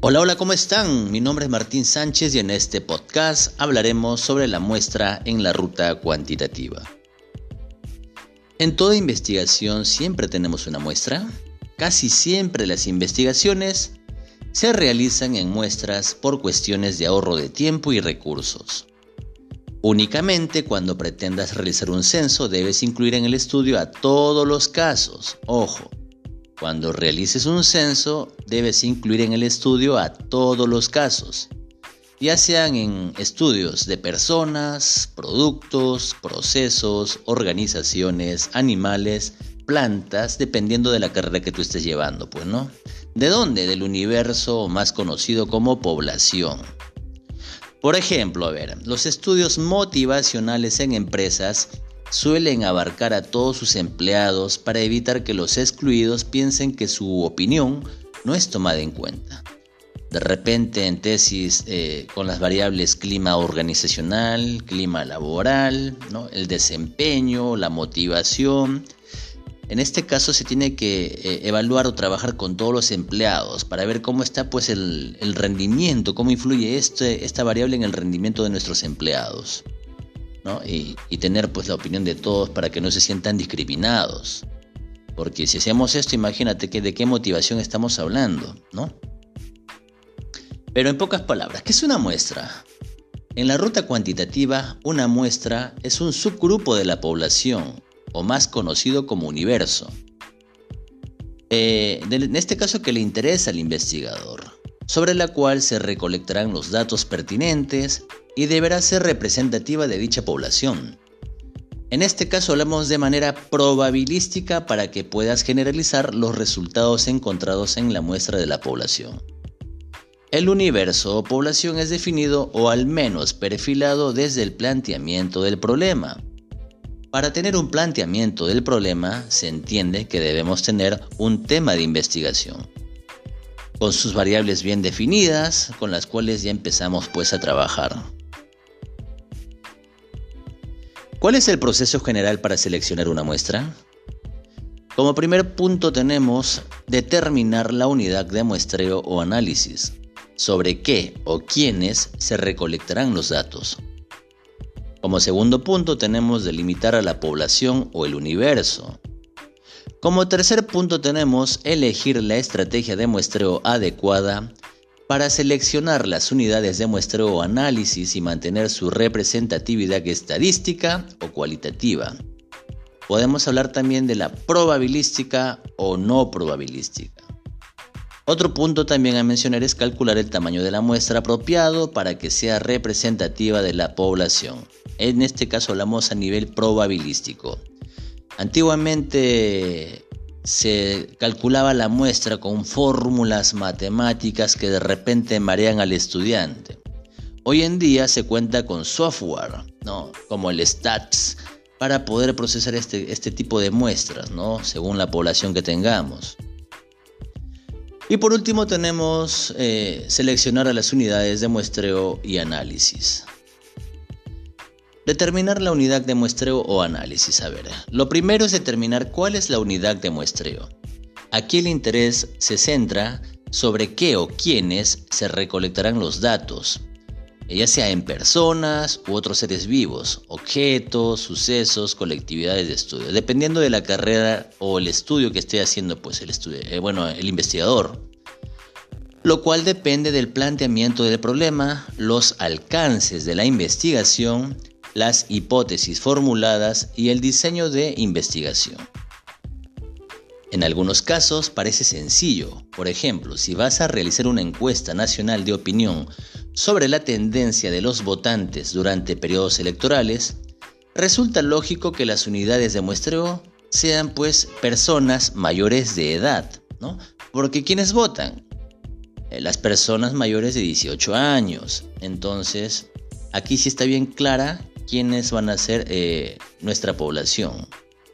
Hola, hola, ¿cómo están? Mi nombre es Martín Sánchez y en este podcast hablaremos sobre la muestra en la ruta cuantitativa. En toda investigación siempre tenemos una muestra. Casi siempre las investigaciones se realizan en muestras por cuestiones de ahorro de tiempo y recursos. Únicamente cuando pretendas realizar un censo debes incluir en el estudio a todos los casos. Ojo, cuando realices un censo debes incluir en el estudio a todos los casos, ya sean en estudios de personas, productos, procesos, organizaciones, animales, plantas, dependiendo de la carrera que tú estés llevando, pues, ¿no? ¿De dónde? Del universo más conocido como población. Por ejemplo, los estudios motivacionales en empresas suelen abarcar a todos sus empleados para evitar que los excluidos piensen que su opinión no es tomada en cuenta. De repente en tesis con las variables clima organizacional, clima laboral, ¿no? El desempeño, la motivación. En este caso se tiene que evaluar o trabajar con todos los empleados para ver cómo está pues el rendimiento, cómo influye esta variable en el rendimiento de nuestros empleados, ¿no? Y tener pues la opinión de todos para que no se sientan discriminados. Porque si hacemos esto, imagínate de qué motivación estamos hablando, ¿no? Pero en pocas palabras, ¿qué es una muestra? En la ruta cuantitativa, una muestra es un subgrupo de la población, o más conocido como universo. En este caso que le interesa al investigador, sobre la cual se recolectarán los datos pertinentes y deberá ser representativa de dicha población. En este caso hablamos de manera probabilística para que puedas generalizar los resultados encontrados en la muestra de la población. El universo o población es definido o al menos perfilado desde el planteamiento del problema. Para tener un planteamiento del problema se entiende que debemos tener un tema de investigación, con sus variables bien definidas, con las cuales ya empezamos pues a trabajar. ¿Cuál es el proceso general para seleccionar una muestra? Como primer punto tenemos determinar la unidad de muestreo o análisis, sobre qué o quiénes se recolectarán los datos. Como segundo punto tenemos delimitar a la población o el universo. Como tercer punto tenemos elegir la estrategia de muestreo adecuada para seleccionar las unidades de muestreo o análisis y mantener su representatividad estadística o cualitativa. Podemos hablar también de la probabilística o no probabilística. Otro punto también a mencionar es calcular el tamaño de la muestra apropiado para que sea representativa de la población. En este caso hablamos a nivel probabilístico. Antiguamente se calculaba la muestra con fórmulas matemáticas que de repente marean al estudiante. Hoy en día se cuenta con software, ¿no? Como el STATS, para poder procesar este tipo de muestras, ¿no? Según la población que tengamos. Y por último tenemos seleccionar a las unidades de muestreo y análisis. Determinar la unidad de muestreo o análisis. Lo primero es determinar cuál es la unidad de muestreo. Aquí el interés se centra sobre qué o quiénes se recolectarán los datos, ya sea en personas u otros seres vivos, objetos, sucesos, colectividades de estudio, dependiendo de la carrera o el estudio que esté haciendo pues el investigador. Lo cual depende del planteamiento del problema, los alcances de la investigación, las hipótesis formuladas y el diseño de investigación. En algunos casos parece sencillo. Por ejemplo, si vas a realizar una encuesta nacional de opinión sobre la tendencia de los votantes durante periodos electorales, resulta lógico que las unidades de muestreo sean pues personas mayores de edad, ¿no? Porque ¿quiénes votan? Las personas mayores de 18 años. Entonces, aquí sí está bien clara quiénes van a ser nuestra población.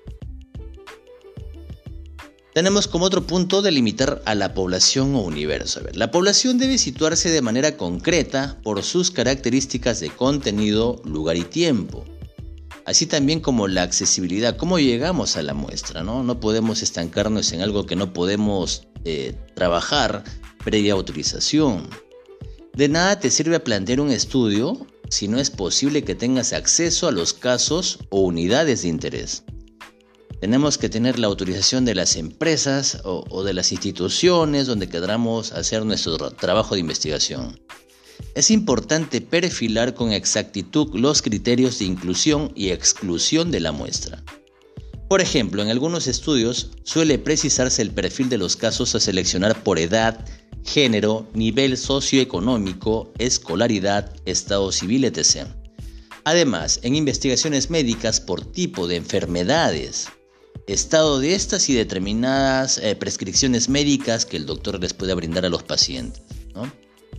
Tenemos como otro punto delimitar a la población o universo. La población debe situarse de manera concreta por sus características de contenido, lugar y tiempo. Así también como la accesibilidad, cómo llegamos a la muestra, ¿no? No podemos estancarnos en algo que no podemos trabajar previa autorización. De nada te sirve plantear un estudio si no es posible que tengas acceso a los casos o unidades de interés. Tenemos que tener la autorización de las empresas o de las instituciones donde queramos hacer nuestro trabajo de investigación. Es importante perfilar con exactitud los criterios de inclusión y exclusión de la muestra. Por ejemplo, en algunos estudios suele precisarse el perfil de los casos a seleccionar por edad, género, nivel socioeconómico, escolaridad, estado civil, etc. Además, en investigaciones médicas por tipo de enfermedades, estado de estas y determinadas prescripciones médicas que el doctor les pueda brindar a los pacientes, ¿no?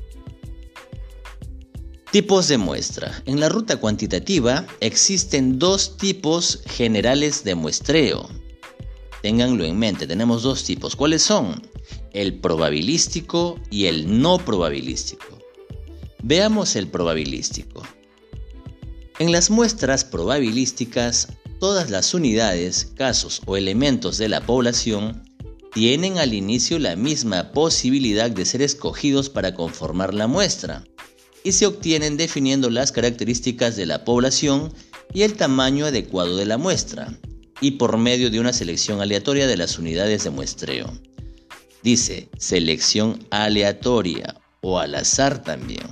Tipos de muestra. En la ruta cuantitativa existen dos tipos generales de muestreo. Ténganlo en mente, tenemos dos tipos. ¿Cuáles son? El probabilístico y el no probabilístico. Veamos el probabilístico. En las muestras probabilísticas, todas las unidades, casos o elementos de la población tienen al inicio la misma posibilidad de ser escogidos para conformar la muestra, y se obtienen definiendo las características de la población y el tamaño adecuado de la muestra, y por medio de una selección aleatoria de las unidades de muestreo. Dice selección aleatoria o al azar también.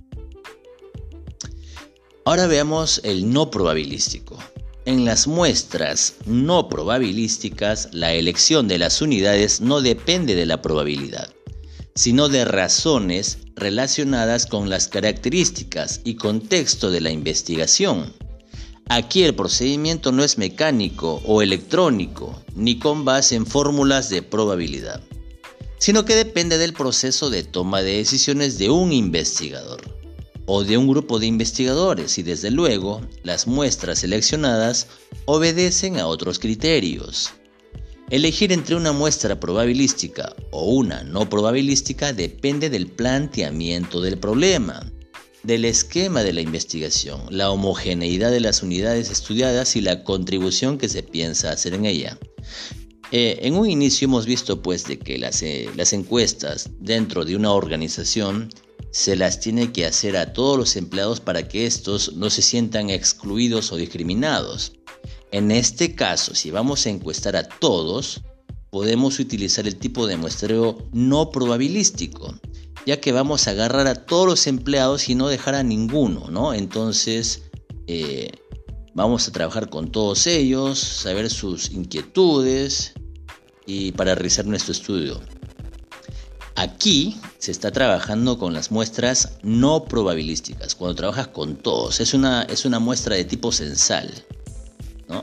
Ahora veamos el no probabilístico. En las muestras no probabilísticas, la elección de las unidades no depende de la probabilidad, sino de razones relacionadas con las características y contexto de la investigación. Aquí el procedimiento no es mecánico o electrónico, ni con base en fórmulas de probabilidad, sino que depende del proceso de toma de decisiones de un investigador o de un grupo de investigadores, y desde luego las muestras seleccionadas obedecen a otros criterios. Elegir entre una muestra probabilística o una no probabilística depende del planteamiento del problema, del esquema de la investigación, la homogeneidad de las unidades estudiadas y la contribución que se piensa hacer en ella. En un inicio hemos visto pues de que las encuestas dentro de una organización se las tiene que hacer a todos los empleados para que estos no se sientan excluidos o discriminados. En este caso, si vamos a encuestar a todos, podemos utilizar el tipo de muestreo no probabilístico, ya que vamos a agarrar a todos los empleados y no dejar a ninguno, ¿no? Entonces, vamos a trabajar con todos ellos, saber sus inquietudes y para realizar nuestro estudio. Aquí se está trabajando con las muestras no probabilísticas, cuando trabajas con todos. Es una muestra de tipo censal, ¿no?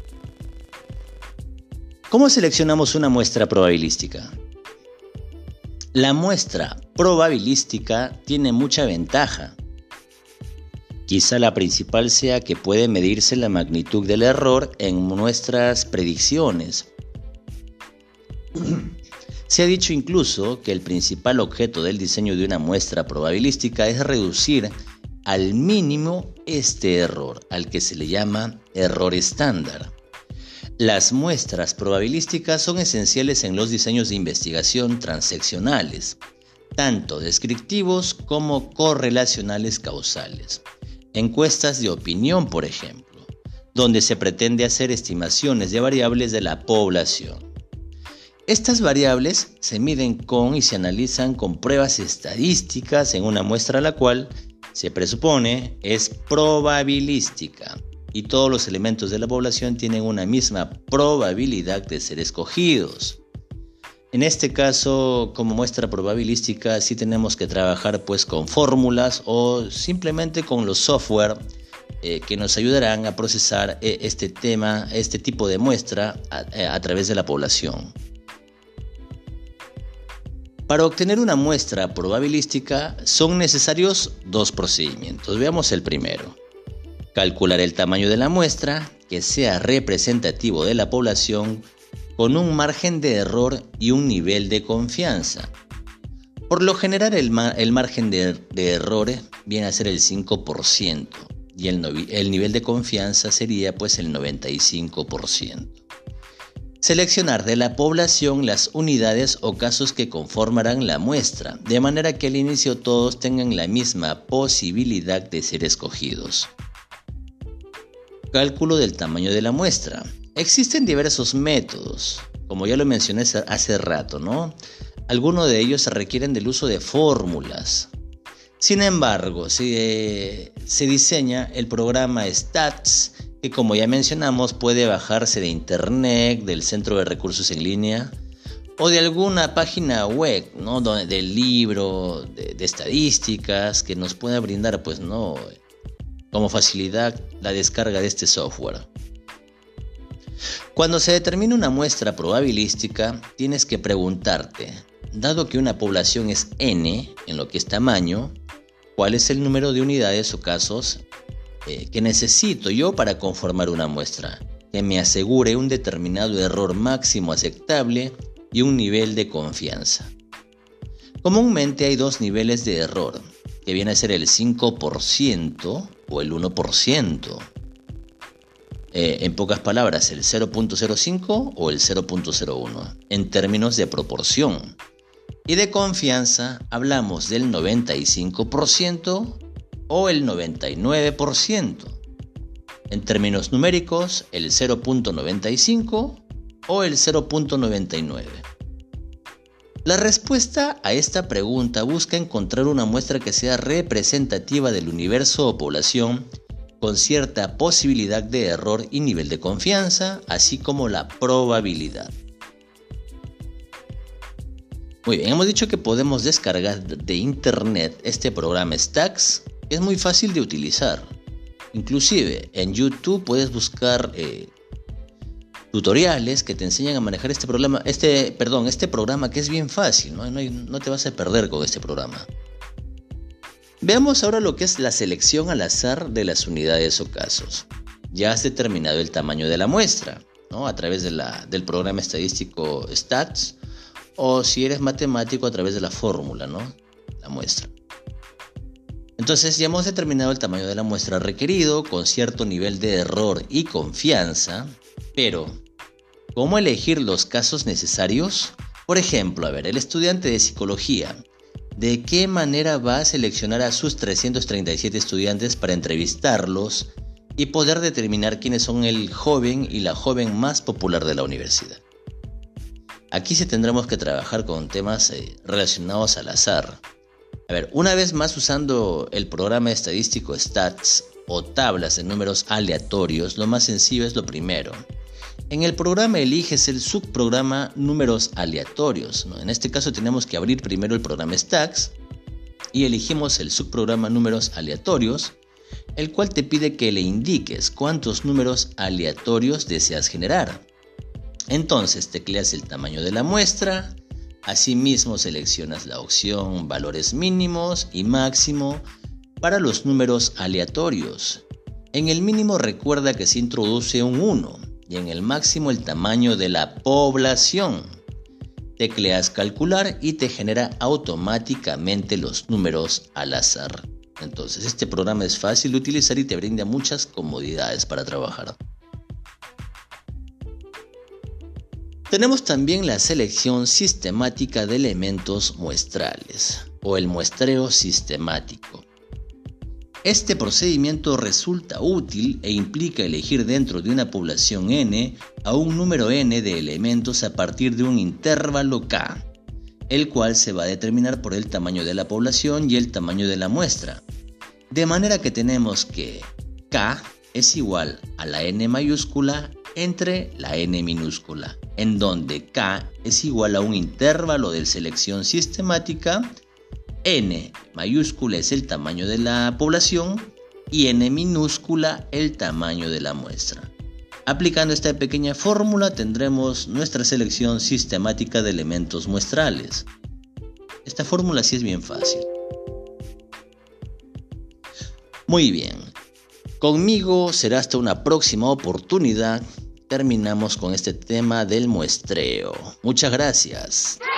¿Cómo seleccionamos una muestra probabilística? La muestra probabilística tiene mucha ventaja. Quizá la principal sea que puede medirse la magnitud del error en nuestras predicciones. Se ha dicho incluso que el principal objeto del diseño de una muestra probabilística es reducir al mínimo este error, al que se le llama error estándar. Las muestras probabilísticas son esenciales en los diseños de investigación transeccionales, tanto descriptivos como correlacionales causales. Encuestas de opinión, por ejemplo, donde se pretende hacer estimaciones de variables de la población. Estas variables se miden con y se analizan con pruebas estadísticas en una muestra la cual se presupone es probabilística y todos los elementos de la población tienen una misma probabilidad de ser escogidos. En este caso, como muestra probabilística, sí tenemos que trabajar pues con fórmulas o simplemente con los software que nos ayudarán a procesar este tipo de muestra a través de la población. Para obtener una muestra probabilística son necesarios dos procedimientos. Veamos el primero. Calcular el tamaño de la muestra que sea representativo de la población con un margen de error y un nivel de confianza. Por lo general el margen de error viene a ser el 5% y el nivel de confianza sería pues el 95%. Seleccionar de la población las unidades o casos que conformarán la muestra, de manera que al inicio todos tengan la misma posibilidad de ser escogidos. Cálculo del tamaño de la muestra. Existen diversos métodos, como ya lo mencioné hace rato, ¿no? Algunos de ellos requieren del uso de fórmulas. Sin embargo, se diseña el programa STATS, que como ya mencionamos puede bajarse de internet, del centro de recursos en línea o de alguna página web, ¿no? Del libro de estadísticas que nos pueda brindar, pues, ¿no?, como facilidad la descarga de este software. Cuando se determina una muestra probabilística, tienes que preguntarte, dado que una población es n, en lo que es tamaño, ¿cuál es el número de unidades o casos que necesito yo para conformar una muestra que me asegure un determinado error máximo aceptable y un nivel de confianza? Comúnmente hay dos niveles de error, que viene a ser el 5% o el 1%. En pocas palabras, el 0.05 o el 0.01, en términos de proporción. Y de confianza hablamos del 95% o el 99%. En términos numéricos, el 0.95 o el 0.99. La respuesta a esta pregunta busca encontrar una muestra que sea representativa del universo o población con cierta posibilidad de error y nivel de confianza, así como la probabilidad. Muy bien, hemos dicho que podemos descargar de internet este programa STATS, que es muy fácil de utilizar. Inclusive en YouTube puedes buscar tutoriales que te enseñan a manejar este programa que es bien fácil, no te vas a perder con este programa. Veamos ahora lo que es la selección al azar de las unidades o casos. Ya has determinado el tamaño de la muestra, ¿no?, a través del programa estadístico STATS, o si eres matemático a través de la fórmula, ¿no?, la muestra. Entonces ya hemos determinado el tamaño de la muestra requerido con cierto nivel de error y confianza, pero ¿cómo elegir los casos necesarios? Por ejemplo, el estudiante de psicología, ¿de qué manera va a seleccionar a sus 337 estudiantes para entrevistarlos y poder determinar quiénes son el joven y la joven más popular de la universidad? Aquí sí tendremos que trabajar con temas relacionados al azar. Una vez más, usando el programa estadístico STATS o tablas de números aleatorios, lo más sencillo es lo primero. En el programa eliges el subprograma números aleatorios, ¿no? En este caso tenemos que abrir primero el programa STATS y elegimos el subprograma números aleatorios, el cual te pide que le indiques cuántos números aleatorios deseas generar. Entonces tecleas el tamaño de la muestra, asimismo seleccionas la opción valores mínimos y máximo para los números aleatorios. En el mínimo recuerda que se introduce un 1 y en el máximo el tamaño de la población. Tecleas calcular y te genera automáticamente los números al azar. Entonces este programa es fácil de utilizar y te brinda muchas comodidades para trabajar. Tenemos también la selección sistemática de elementos muestrales o el muestreo sistemático. Este procedimiento resulta útil e implica elegir dentro de una población n a un número n de elementos a partir de un intervalo k, el cual se va a determinar por el tamaño de la población y el tamaño de la muestra. De manera que tenemos que k es igual a la n mayúscula entre la n minúscula, en donde k es igual a un intervalo de selección sistemática, n mayúscula es el tamaño de la población y n minúscula el tamaño de la muestra. Aplicando esta pequeña fórmula tendremos nuestra selección sistemática de elementos muestrales. Esta fórmula sí es bien fácil. Muy bien, conmigo será hasta una próxima oportunidad. Terminamos con este tema del muestreo. Muchas gracias.